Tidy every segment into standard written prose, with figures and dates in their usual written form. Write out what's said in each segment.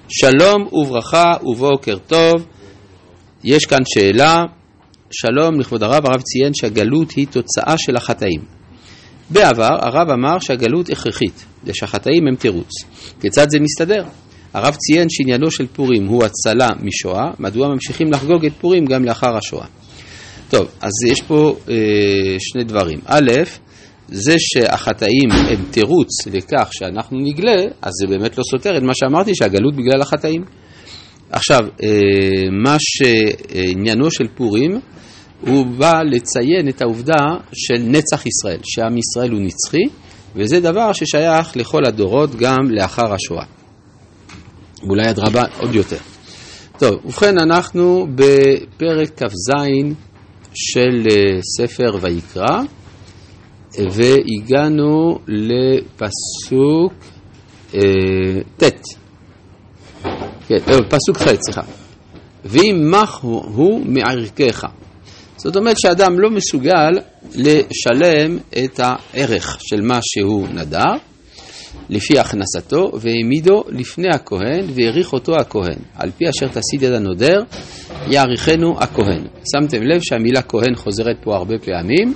שלום וברכה ובוקר טוב. יש כאן שאלה. שלום לכבוד הרב ציין שהגלות היא תוצאה של החטאים. בעבר הרב אמר שהגלות הכרחית, ושהחטאים הם תירוץ. כיצד זה מסתדר? הרב ציין שעניינו של פורים הוא הצלה משואה, מדוע ממשיכים לחגוג את פורים גם לאחר השואה? טוב, אז יש פה שני דברים. א', זה שהחטאים הם תירוץ לכך שאנחנו נגלה, אז זה באמת לא סותר את מה שאמרתי, שהגלות בגלל החטאים. עכשיו, מה שעניינו של פורים, הוא בא לציין את העובדה של נצח ישראל, שעם ישראל הוא נצחי, וזה דבר ששייך לכל הדורות גם לאחר השואה. ואולי אדרבה עוד יותר. טוב, ובכן אנחנו בפרק כ"ז של ספר ויקרא, והגענו לפסוק פסוק ח', ואם מח הוא מערכך. זאת אומרת שאדם לא מסוגל לשלם את הערך של מה שהוא נדר לפי הכנסתו, והעמידו לפני הכהן והעריך אותו הכהן, על פי אשר תסיד יד הנודר יעריכנו הכהן. שמתם לב שהמילה כהן חוזרת פה הרבה פעמים,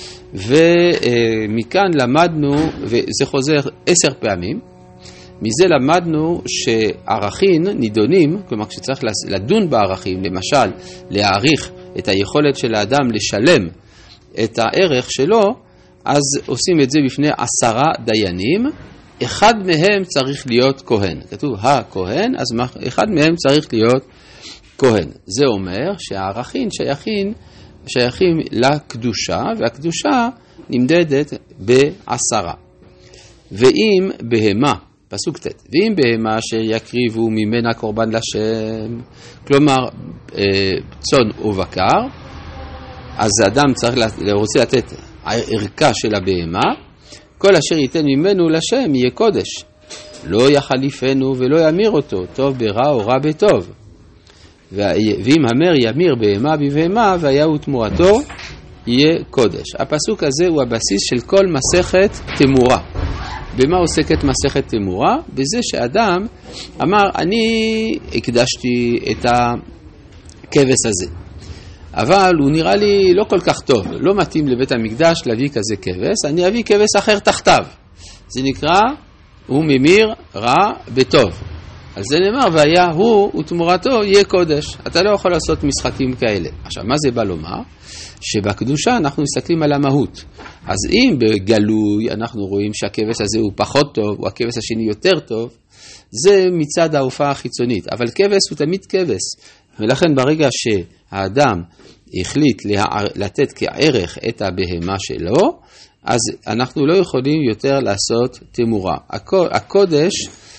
ומכאן למדנו, וזה חוזר 10 פעמים, מזה למדנו שערכים נידונים, כלומר כשצריך לדון בערכים, למשל להעריך את היכולת של האדם לשלם את הערך שלו, אז עושים את זה בפני 10 דיינים, אחד מהם צריך להיות כהן. כתוב הכהן, אז אחד מהם צריך להיות כהן. זה אומר שהערכים שייכים לקדושה, והקדושה נמדדת ב10. ואם בהמה, פסוק ט', ואם בהמה שיקריבו ממנה קורבן לשם, כלומר צאן ובקר, אז האדם רוצה לתת ערכה של הבהמה, כל אשר ייתן ממנו לשם יהיה קודש, לא יחליפנו ולא ימיר אותו, טוב ברע או רע בטוב. ואם המר ימיר בהמה בבהמה והיהו תמורתו יהיה קודש. הפסוק הזה הוא הבסיס של כל מסכת תמורה. במה עוסקת מסכת תמורה? בזה שאדם אמר, אני הקדשתי את הכבש הזה, אבל הוא נראה לי לא כל כך טוב, לא מתאים לבית המקדש להביא כזה כבש, אני אביא כבש אחר תחתיו. זה נקרא, הוא ממיר רע בטוב. על זה נאמר, והיה הוא ותמורתו יהיה קודש. אתה לא יכול לעשות משחקים כאלה. עכשיו, מה זה בא לומר? שבקדושה אנחנו מסתכלים על המהות. אז אם בגלוי אנחנו רואים שהכבש הזה הוא פחות טוב, או הכבש השני יותר טוב, זה מצד ההופעה החיצונית. אבל כבש הוא תמיד כבש. ולכן ברגע שהאדם החליט לתת כערך את הבהמה שלו, אז אנחנו לא יכולים יותר לעשות תמורה. הקודש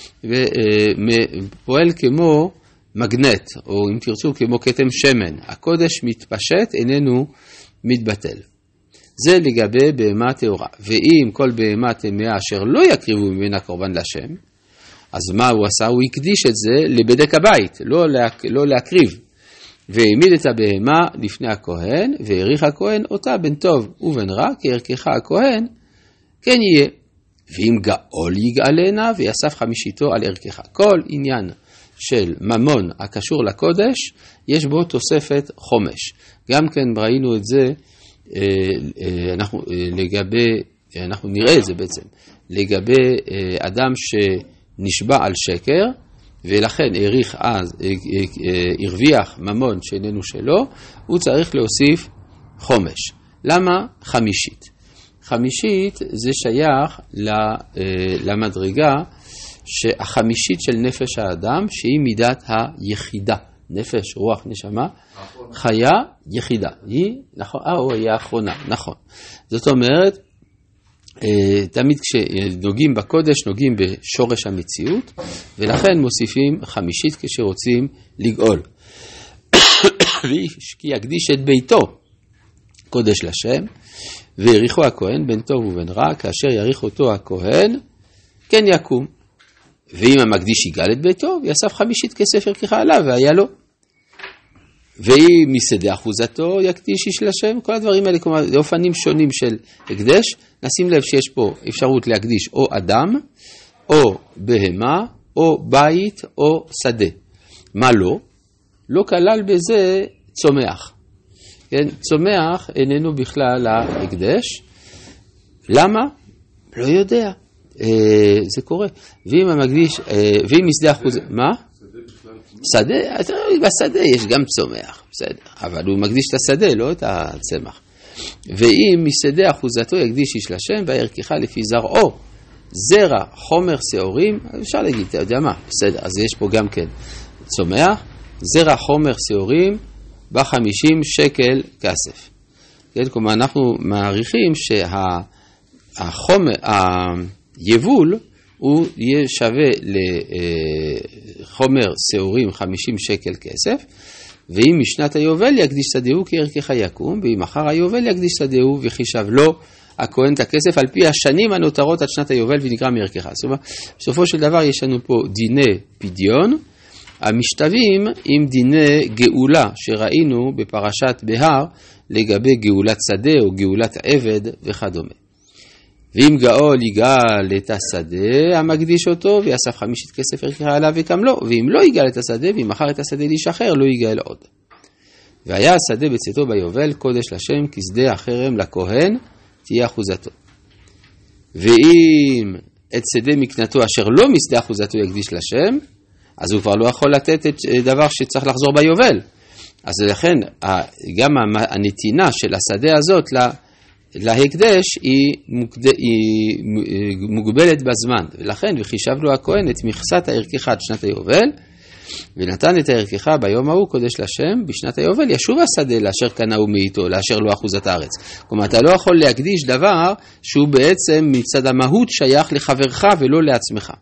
פועל כמו מגנט, או אם תרצו כמו כתם שמן. הקודש מתפשט, איננו מתבטל. זה לגבי בהמה טהורה. ואם כל בהמה טמאה אשר לא יקריבו ממנה קורבן לשם, אז מה הוא עשה? הוא הקדיש את זה לבדק הבית, לא להקריב. והעמיד את הבהמה לפני הכהן, והעריך הכהן אותה בין טוב ובין רע, כערכך הכהן, כן יהיה. ואם גאול יגאלנה ויאסף חמישיתו על ערכך. כל עניין של ממון הקשור לקודש, יש בו תוספת חומש. גם כן ראינו את זה, אנחנו נראה את זה בעצם, לגבי אדם שנשבע על שקר, ולכן הרוויח ממון שאיננו שלו, הוא צריך להוסיף חומש. למה חמישית? חמישית זה שייך למדרגה שהחמישית של נפש האדם, שהיא מידת היחידה. נפש, רוח, נשמה, חיה, יחידה. היא, נכון, היא האחרונה, נכון. זאת אומרת, תמיד כשנוגעים בקודש, נוגעים בשורש המציאות, ולכן מוסיפים חמישית כשרוצים לגאול. כי יקדיש את ביתו קודש לשם, והעריכו הכהן בין טוב ובין רע, כאשר יעריך אותו הכהן, כן יקום. ואם המקדיש יגאל את ביתו, יאסף חמישית כספר כערכה, והיה לו. ואם משדה אחוזתו יקדיש איש לשם, כל הדברים האלה, כלומר, אופנים שונים של הקדש. נשים לב שיש פה אפשרות להקדיש או אדם, או בהמה, או בית או שדה. מה לא? לא כלל בזה צומח. כן? צומח איננו בכלל ההקדש. למה? לא יודע. זה קורה. ואם המקדיש, ואם משדה אחוז... מה? שדה? בשדה יש גם צומח, בסדר. אבל הוא מקדיש את השדה, לא את הצמח. ואם משדה אחוזתו יקדיש איש לשם, והערכך לפי זרעו, זרע, חומר, שעורים, אפשר להגיד, אתה יודע מה? בסדר, אז יש פה גם כן צומח, זרע, חומר, שעורים, ב50 שקל כסף. כן, כלומר, אנחנו מעריכים שהחומר, היבול, הוא יהיה שווה לחומר שעורים 50 שקל כסף, ואם משנת היובל יקדיש שדהו כי ערכך יקום, ואם אחר היובל יקדיש שדהו וחישב לו הכהן את הכסף על פי השנים הנותרות עד שנת היובל ונקרא מערכך. זאת אומרת, בסופו של דבר יש לנו פה דיני פדיון, המשתווים עם דיני גאולה שראינו בפרשת בהר לגבי גאולת שדה או גאולת עבד וכדומה. ואם גאול יגאל את השדה המקדיש אותו ויאסף 5 כסף ערכך עליו וקם לו, ואם לא יגאל את השדה ואם מכר את השדה להישחרר לא יגאל עוד. והיה השדה בצאתו ביובל קודש לשם כשדה החרם לכהן תהיה אחוזתו. ואם את שדה מקנתו אשר לא משדה אחוזתו יקדיש לשם, אז הוא כבר לא יכול לתת את דבר שצריך לחזור ביובל. אז לכן גם הנתינה של השדה הזאת להקדש היא מוגבלת בזמן. ולכן וחישב לו הכהן את מכסת הערכך עד שנת היובל, ונתן את הערכך ביום ההוא קודש לשם, בשנת היובל ישוב השדה לאשר קנאו מאיתו, לאשר לו אחוזת הארץ. כלומר, אתה לא יכול להקדיש דבר שהוא בעצם מצד המהות שייך לחברך ולא לעצמך.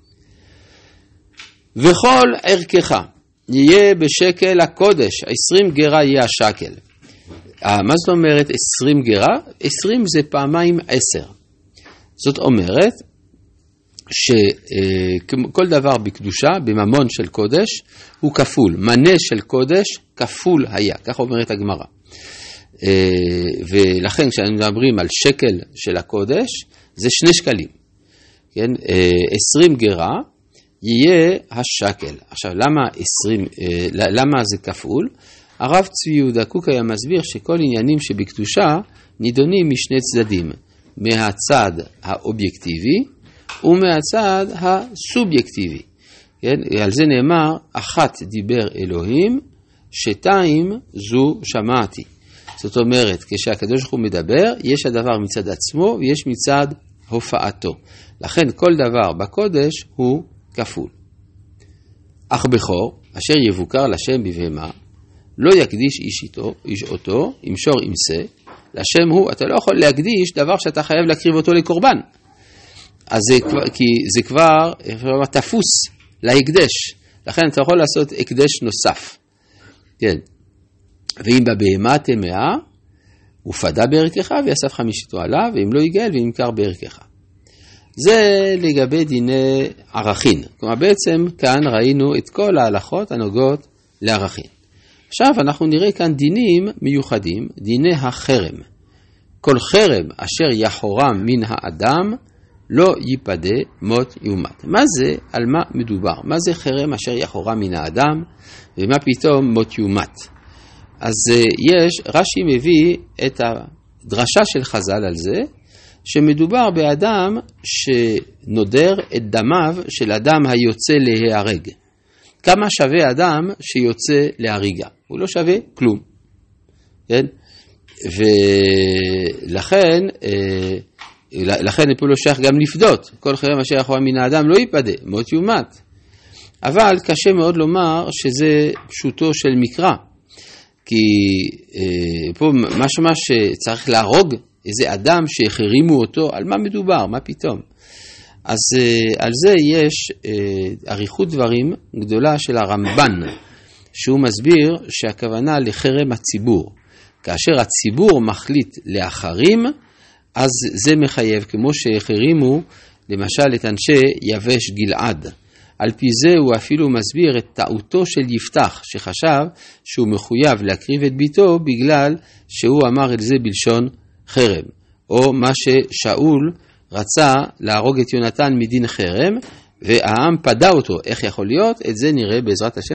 וכל ערכך יהיה בשקל הקודש, 20 גרה יהיה השקל. מה זאת אומרת 20 גרה? 20 זה פעמיים 10. זאת אומרת שכל דבר בקדושה, בממון של קודש, הוא כפול. מנה של קודש כפול היה, כך אומרת הגמרא. ולכן כשאנחנו מדברים על שקל של הקודש, זה 2 שקלים. כן? 20 גרה יהיה השקל. עכשיו, למה זה כפול? הרב צבי יהודה קוק היה מסביר שכל עניינים שבקדושה נידונים משני צדדים, מהצד האובייקטיבי ומהצד הסובייקטיבי. כן? על זה נאמר, 1 דיבר אלוהים, 2 זו שמעתי. זאת אומרת, כשהקדוש ברוך הוא מדבר, יש הדבר מצד עצמו ויש מצד הופעתו. לכן כל דבר בקודש הוא כפול. אך בכור, אשר יבוקר לשם בבהמה, לא יקדיש איש אותו, עם שור עם שא, לשם הוא, אתה לא יכול להקדיש דבר שאתה חייב להקריב אותו לקורבן. אז כי זה כבר תפוס להקדש, לכן אתה יכול לעשות הקדש נוסף. כן. ואם בבהמה טמאה, ופדה בערכך ויאסף 5 עליו, ואם לא יגאל וימכר בערכך. זה לגבי דיני ערכין. כלומר בעצם כאן ראינו את כל ההלכות הנוגעות לערכין. עכשיו אנחנו נראה כאן דינים מיוחדים, דיני החרם. כל חרם אשר יחורם מן האדם לא ייפדה מות יומת. מה זה? על מה מדובר? מה זה חרם אשר יחורם מן האדם ומה פתאום מות יומת? אז רש"י מביא את הדרשה של חז"ל על זה, שמדובר באדם שנודר את דמיו של אדם היוצא להיהרג. כמה שווה אדם שיוצא להריגה? הוא לא שווה כלום. כן? ולכן פה לא שייך גם לפדות. כל חרם אשר יחורם מן האדם לא ייפדה, מות יומת. אבל קשה מאוד לומר שזה פשוטו של מקרא. כי פה משמע שצריך להרוג איזה אדם שהחרימו אותו, על מה מדובר, מה פתאום. אז על זה יש אריכות דברים גדולה של הרמב"ן, שהוא מסביר שהכוונה לחרם הציבור. כאשר הציבור מחליט להחרים, אז זה מחייב, כמו שהחרימו למשל את אנשי יבש גלעד. על פי זה הוא אפילו מסביר את טעותו של יפתח, שחשב שהוא מחויב להקריב את ביתו בגלל שהוא אמר את זה בלשון חרם. או מה ששאול רצה להרוג את יונתן מדין חרם, והעם פדה אותו. איך יכול להיות? את זה נראה בעזרת השם